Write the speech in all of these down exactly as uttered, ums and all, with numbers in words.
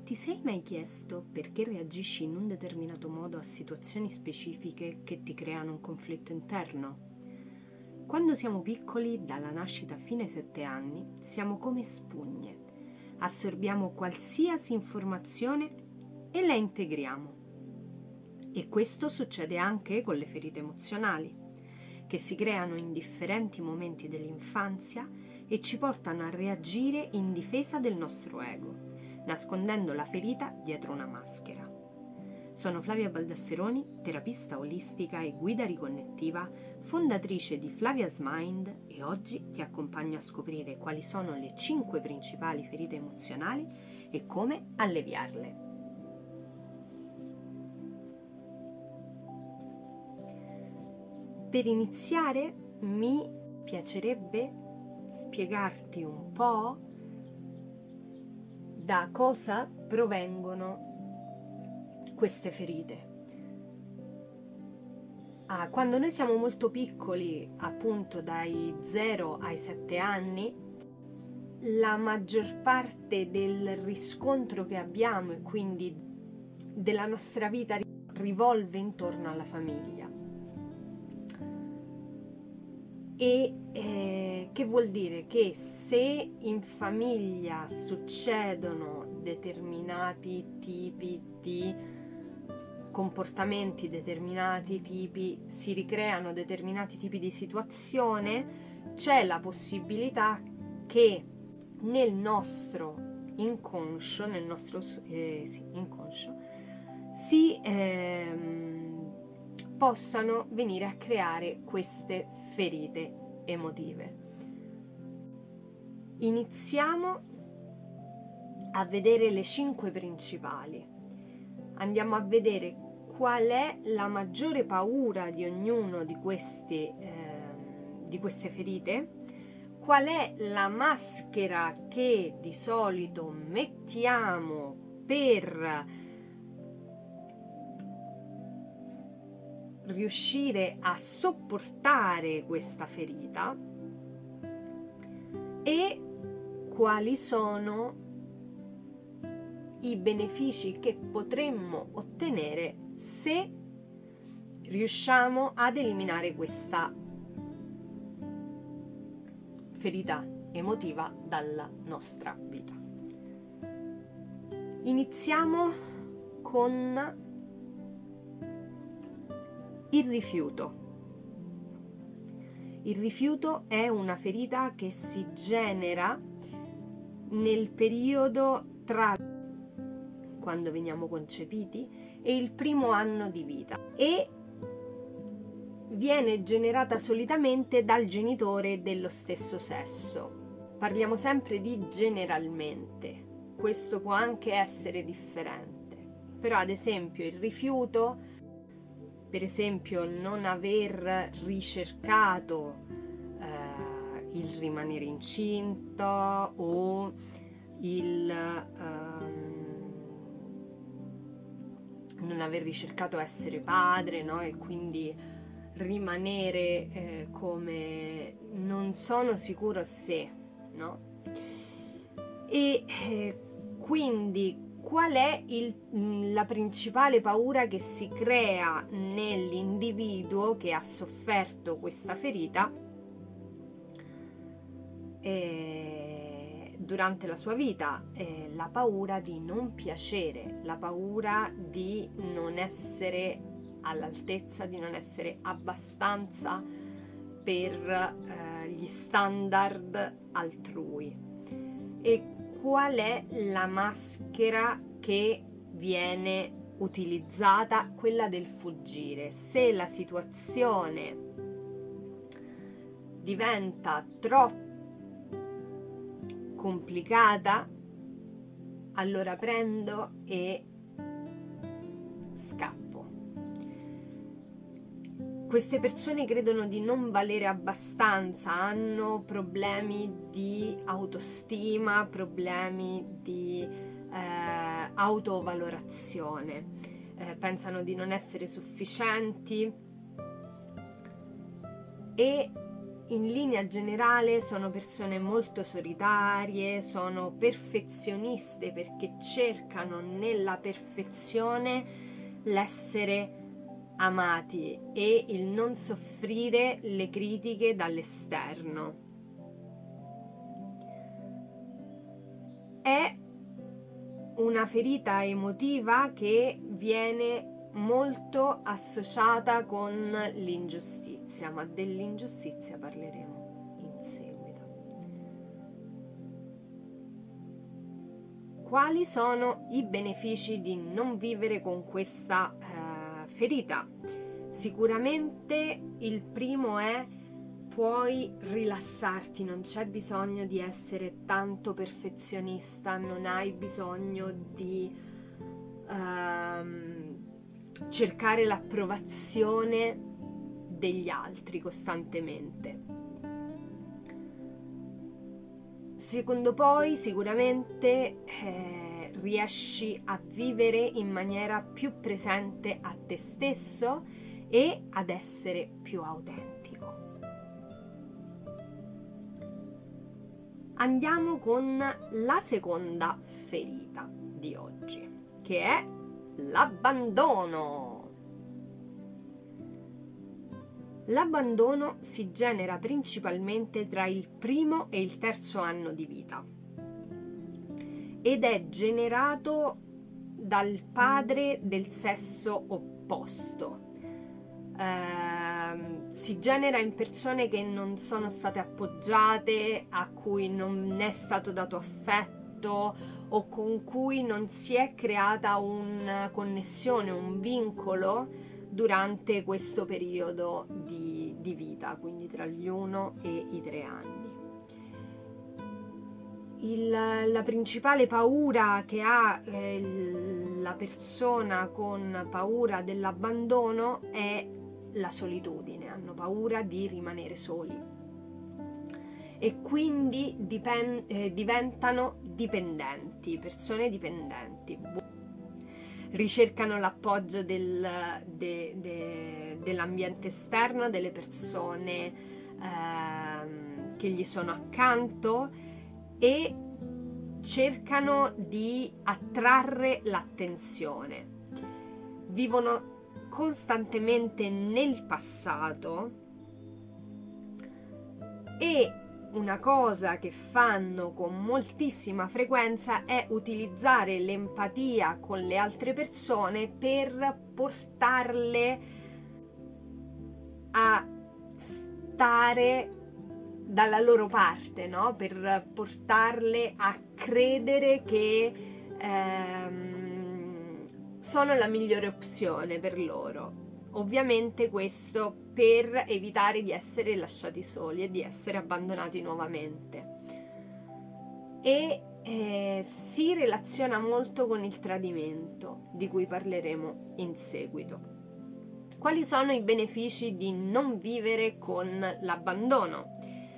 Ti sei mai chiesto perché reagisci in un determinato modo a situazioni specifiche che ti creano un conflitto interno? Quando siamo piccoli, dalla nascita fino ai sette anni, siamo come spugne. Assorbiamo qualsiasi informazione e la integriamo. E questo succede anche con le ferite emozionali, che si creano in differenti momenti dell'infanzia e ci portano a reagire in difesa del nostro ego, nascondendo la ferita dietro una maschera. Sono Flavia Baldasseroni, terapista olistica e guida riconnettiva, fondatrice di Flavia's Mind, e oggi ti accompagno a scoprire quali sono le cinque principali ferite emozionali e come alleviarle. Per iniziare mi piacerebbe spiegarti un po' da cosa provengono queste ferite. Ah, quando noi siamo molto piccoli, appunto dai zero ai sette anni, la maggior parte del riscontro che abbiamo e quindi della nostra vita rivolve intorno alla famiglia. E eh, che vuol dire? Che se in famiglia succedono determinati tipi di comportamenti, determinati tipi, si ricreano determinati tipi di situazione, c'è la possibilità che nel nostro inconscio, nel nostro eh, sì, inconscio, si ehm, possano venire a creare queste ferite emotive. Iniziamo a vedere le cinque principali. Andiamo a vedere qual è la maggiore paura di ognuno di questi, eh, di queste ferite, qual è la maschera che di solito mettiamo per riuscire a sopportare questa ferita e quali sono i benefici che potremmo ottenere se riusciamo ad eliminare questa ferita emotiva dalla nostra vita. Iniziamo con il rifiuto. Il rifiuto è una ferita che si genera nel periodo tra quando veniamo concepiti e il primo anno di vita e viene generata solitamente dal genitore dello stesso sesso. Parliamo sempre di generalmente, questo può anche essere differente, però ad esempio il rifiuto, per esempio non aver ricercato eh, il rimanere incinta o il ehm, non aver ricercato essere padre, no? E quindi rimanere eh, come non sono sicuro se, no? E eh, quindi qual è il, la principale paura che si crea nell'individuo che ha sofferto questa ferita eh, durante la sua vita? Eh, la paura di non piacere, la paura di non essere all'altezza, di non essere abbastanza per eh, gli standard altrui. E qual è la maschera che viene utilizzata? Quella del fuggire. Se la situazione diventa troppo complicata, allora prendo e scappo. Queste persone credono di non valere abbastanza, hanno problemi di autostima, problemi di eh, autovalorazione, eh, pensano di non essere sufficienti e in linea generale sono persone molto solitarie, sono perfezioniste perché cercano nella perfezione l'essere amati e il non soffrire le critiche dall'esterno. È una ferita emotiva che viene molto associata con l'ingiustizia, ma dell'ingiustizia parleremo in seguito. Quali sono i benefici di non vivere con questa eh, ferita? Sicuramente il primo è: puoi rilassarti, non c'è bisogno di essere tanto perfezionista, non hai bisogno di ehm, cercare l'approvazione degli altri costantemente. Secondo poi, sicuramente eh, riesci a vivere in maniera più presente a te stesso e ad essere più autentico. Andiamo con la seconda ferita di oggi, che è l'abbandono. L'abbandono si genera principalmente tra il primo e il terzo anno di vita ed è generato dal padre del sesso opposto. Eh, si genera in persone che non sono state appoggiate, a cui non è stato dato affetto o con cui non si è creata una connessione, un vincolo durante questo periodo di, di vita, quindi tra gli uno e i tre anni. Il, la principale paura che ha eh, la persona con paura dell'abbandono è la solitudine, hanno paura di rimanere soli e quindi dipen- eh, diventano dipendenti, persone dipendenti. Ricercano l'appoggio del, de, de, dell'ambiente esterno, delle persone eh, che gli sono accanto e cercano di attrarre l'attenzione. Vivono costantemente nel passato e una cosa che fanno con moltissima frequenza è utilizzare l'empatia con le altre persone per portarle a stare dalla loro parte, no? Per portarle a credere che ehm, sono la migliore opzione per loro. Ovviamente questo per evitare di essere lasciati soli e di essere abbandonati nuovamente. E eh, si relaziona molto con il tradimento, di cui parleremo in seguito. Quali sono i benefici di non vivere con l'abbandono?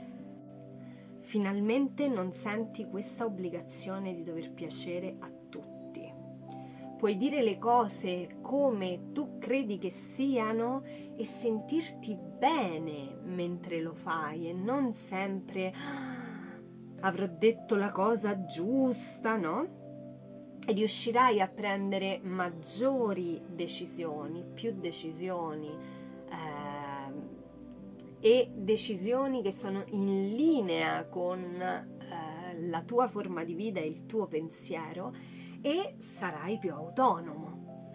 Finalmente non senti questa obbligazione di dover piacere a tutti. Puoi dire le cose come tu credi che siano e sentirti bene mentre lo fai e non sempre avrò detto la cosa giusta, no? E riuscirai a prendere maggiori decisioni, più decisioni eh, e decisioni che sono in linea con eh, la tua forma di vita e il tuo pensiero, e sarai più autonomo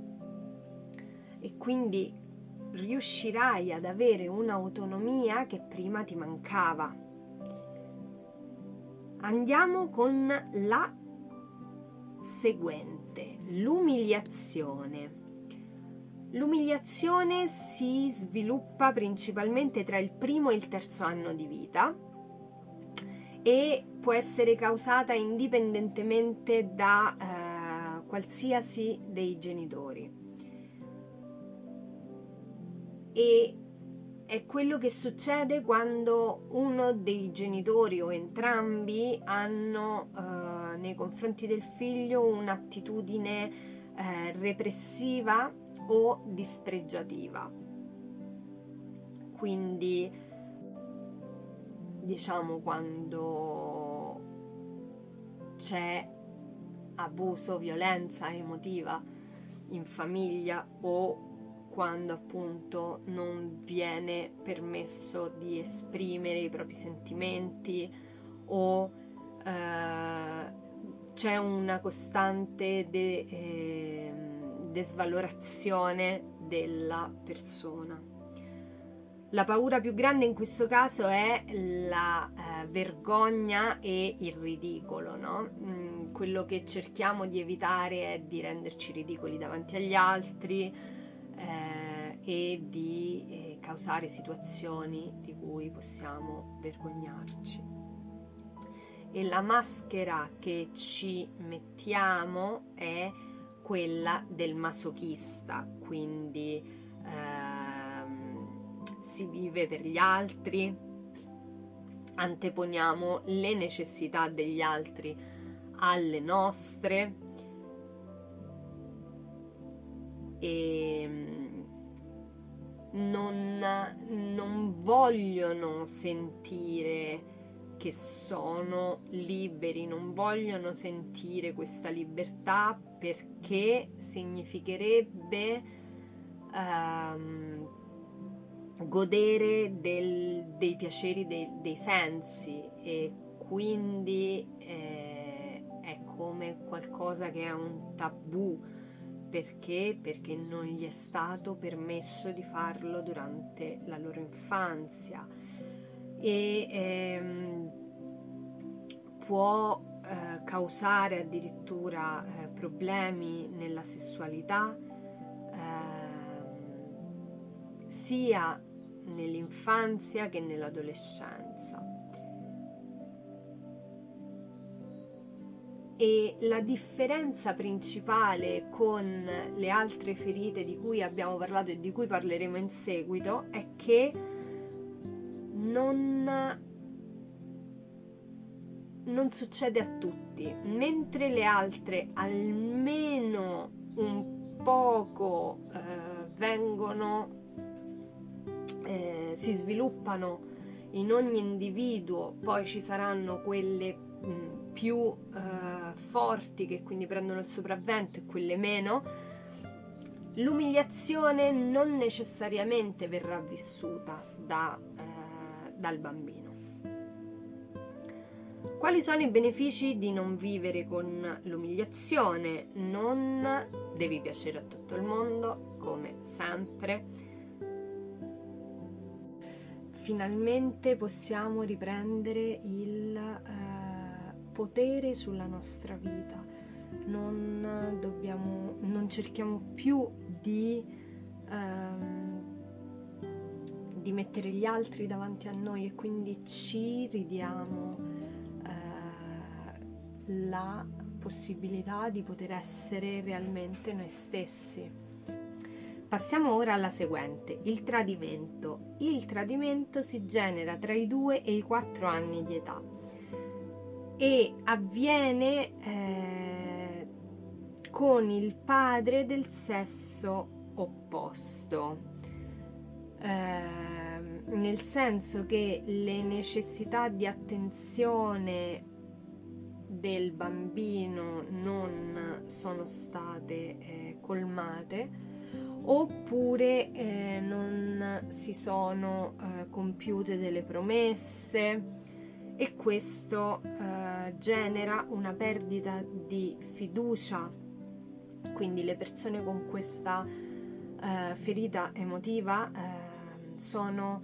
e quindi riuscirai ad avere un'autonomia che prima ti mancava. Andiamo con la seguente, l'umiliazione. L'umiliazione si sviluppa principalmente tra il primo e il terzo anno di vita e può essere causata indipendentemente da eh, qualsiasi dei genitori. E è quello che succede quando uno dei genitori o entrambi hanno eh, nei confronti del figlio un'attitudine eh, repressiva o dispregiativa. Quindi diciamo quando c'è abuso, violenza emotiva in famiglia, o quando appunto non viene permesso di esprimere i propri sentimenti, o eh, c'è una costante de, eh, desvalorazione della persona. La paura più grande in questo caso è la eh, vergogna e il ridicolo, no? Mm, quello che cerchiamo di evitare è di renderci ridicoli davanti agli altri eh, e di eh, causare situazioni di cui possiamo vergognarci. E la maschera che ci mettiamo è quella del masochista, quindi ehm, si vive per gli altri, anteponiamo le necessità degli altri alle nostre e non, non vogliono sentire che sono liberi, non vogliono sentire questa libertà, perché significherebbe um, godere del, dei piaceri dei, dei sensi, e quindi eh, è come qualcosa che è un tabù. Perché? Perché non gli è stato permesso di farlo durante la loro infanzia, e ehm, può eh, causare addirittura eh, problemi nella sessualità, eh, sia nell'infanzia che nell'adolescenza. E la differenza principale con le altre ferite di cui abbiamo parlato e di cui parleremo in seguito è che non, non succede a tutti, mentre le altre almeno un poco eh, vengono, eh, si sviluppano in ogni individuo. Poi ci saranno quelle mh, più eh, forti che quindi prendono il sopravvento e quelle meno. L'umiliazione non necessariamente verrà vissuta da, eh, dal bambino. Quali sono i benefici di non vivere con l'umiliazione? Non devi piacere a tutto il mondo, come sempre. Finalmente possiamo riprendere il eh, potere sulla nostra vita. Non dobbiamo, non cerchiamo più di, ehm, di mettere gli altri davanti a noi, e quindi ci ridiamo eh, la possibilità di poter essere realmente noi stessi. Passiamo ora alla seguente, il tradimento. Il tradimento si genera tra i due e i quattro anni di età e avviene eh, con il padre del sesso opposto, eh, nel senso che le necessità di attenzione del bambino non sono state eh, colmate, oppure eh, non si sono eh, compiute delle promesse, e questo eh, genera una perdita di fiducia. Quindi le persone con questa eh, ferita emotiva eh, sono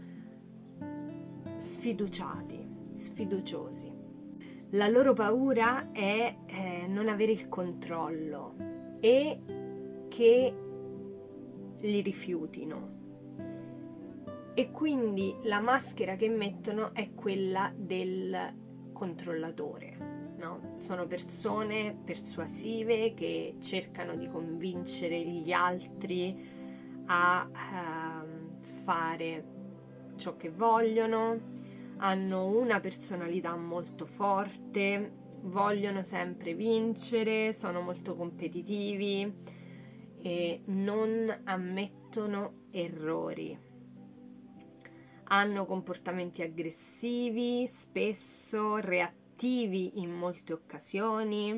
sfiduciati, sfiduciosi. La loro paura è eh, non avere il controllo e che li rifiutino, e quindi la maschera che mettono è quella del controllatore, no? Sono persone persuasive che cercano di convincere gli altri a uh, fare ciò che vogliono, hanno una personalità molto forte, vogliono sempre vincere, sono molto competitivi e non ammettono errori. hanno comportamenti aggressivi, spesso reattivi in molte occasioni,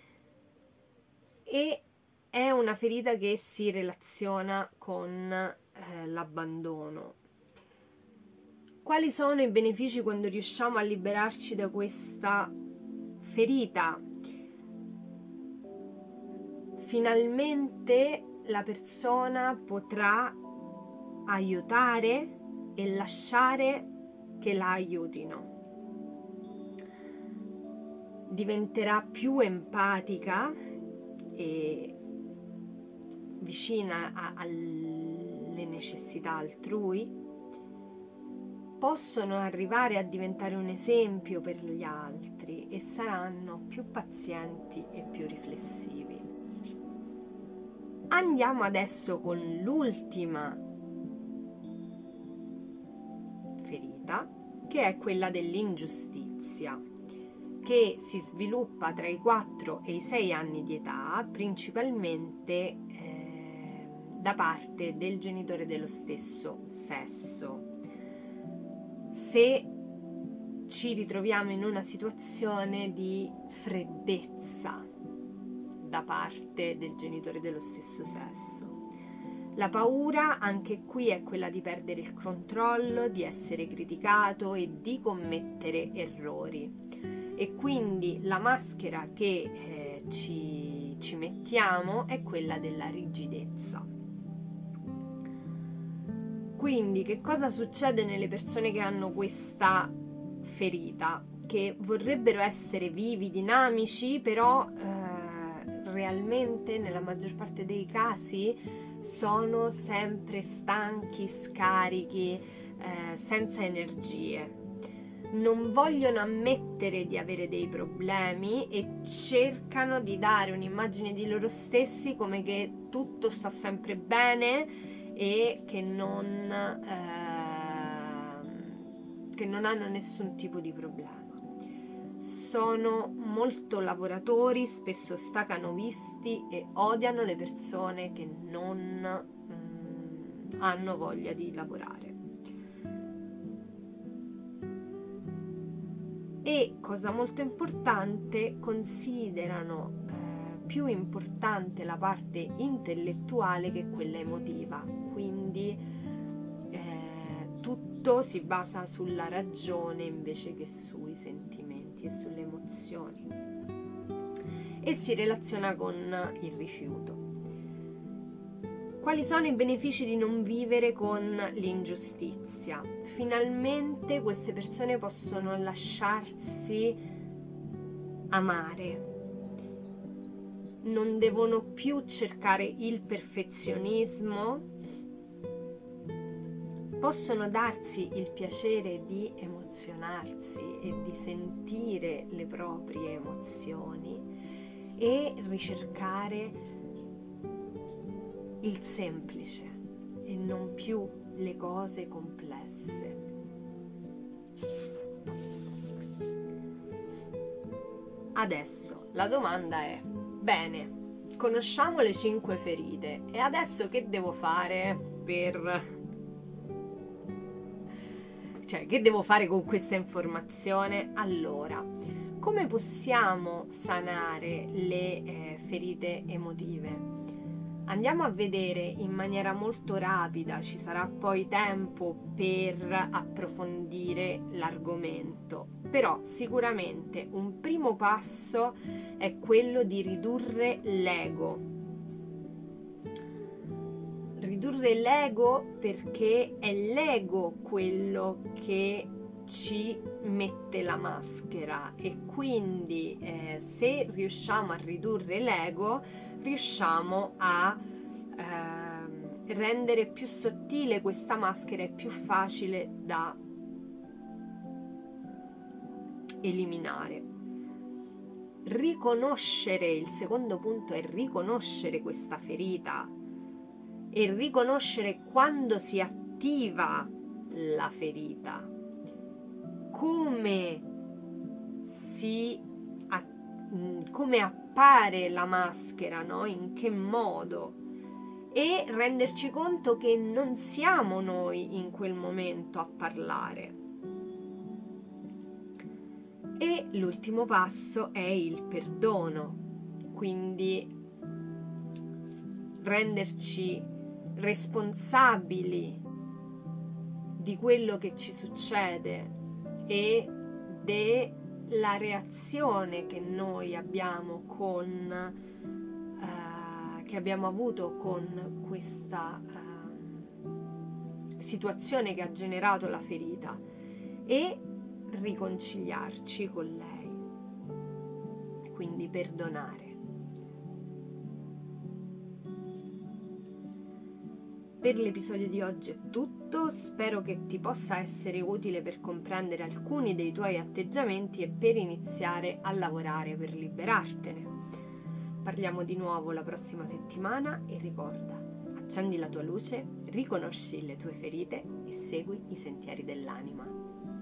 e è una ferita che si relaziona con eh, l'abbandono. Quali sono i benefici quando riusciamo a liberarci da questa ferita? Finalmente la persona potrà aiutare e lasciare che la aiutino. Diventerà più empatica e vicina a, alle necessità altrui. Possono arrivare a diventare un esempio per gli altri e saranno più pazienti e più riflessivi. Andiamo adesso con l'ultima ferita, che è quella dell'ingiustizia, che si sviluppa tra i quattro e i sei anni di età, principalmente eh, da parte del genitore dello stesso sesso. Se ci ritroviamo in una situazione di freddezza da parte del genitore dello stesso sesso. La paura anche qui è quella di perdere il controllo, di essere criticato e di commettere errori. E quindi la maschera che eh, ci, ci mettiamo è quella della rigidezza. Quindi che cosa succede nelle persone che hanno questa ferita? Che vorrebbero essere vivi, dinamici, però eh, realmente nella maggior parte dei casi sono sempre stanchi, scarichi, eh, senza energie. Non vogliono ammettere di avere dei problemi e cercano di dare un'immagine di loro stessi come che tutto sta sempre bene e che non, eh, che non hanno nessun tipo di problema. Sono molto lavoratori, spesso stacanovisti e odiano le persone che non mm, hanno voglia di lavorare. E, cosa molto importante, considerano più importante la parte intellettuale che quella emotiva, quindi eh, tutto si basa sulla ragione invece che sui sentimenti e sulle emozioni, e si relaziona con il rifiuto. Quali sono i benefici di non vivere con l'ingiustizia? Finalmente queste persone possono lasciarsi amare. Non devono più cercare il perfezionismo, possono darsi il piacere di emozionarsi e di sentire le proprie emozioni e ricercare il semplice e non più le cose complesse. Adesso la domanda è: bene, conosciamo le cinque ferite e adesso che devo fare per... cioè, che devo fare con questa informazione? Allora, come possiamo sanare le eh, ferite emotive? Andiamo a vedere in maniera molto rapida, ci sarà poi tempo per approfondire l'argomento, però sicuramente un primo passo è quello di ridurre l'ego. Ridurre l'ego perché è l'ego quello che ci mette la maschera, e quindi eh, se riusciamo a ridurre l'ego riusciamo a eh, rendere più sottile questa maschera e più facile da eliminare. Riconoscere, il secondo punto è riconoscere questa ferita e riconoscere quando si attiva la ferita, come si come appare la maschera, no? In che modo, e renderci conto che non siamo noi in quel momento a parlare. E l'ultimo passo è il perdono, quindi renderci responsabili di quello che ci succede e della reazione che noi abbiamo con eh, che abbiamo avuto con questa eh, situazione che ha generato la ferita, e riconciliarci con lei, quindi perdonare. Per l'episodio di oggi è tutto, spero che ti possa essere utile per comprendere alcuni dei tuoi atteggiamenti e per iniziare a lavorare per liberartene. Parliamo di nuovo la prossima settimana e ricorda, accendi la tua luce, riconosci le tue ferite e segui i sentieri dell'anima.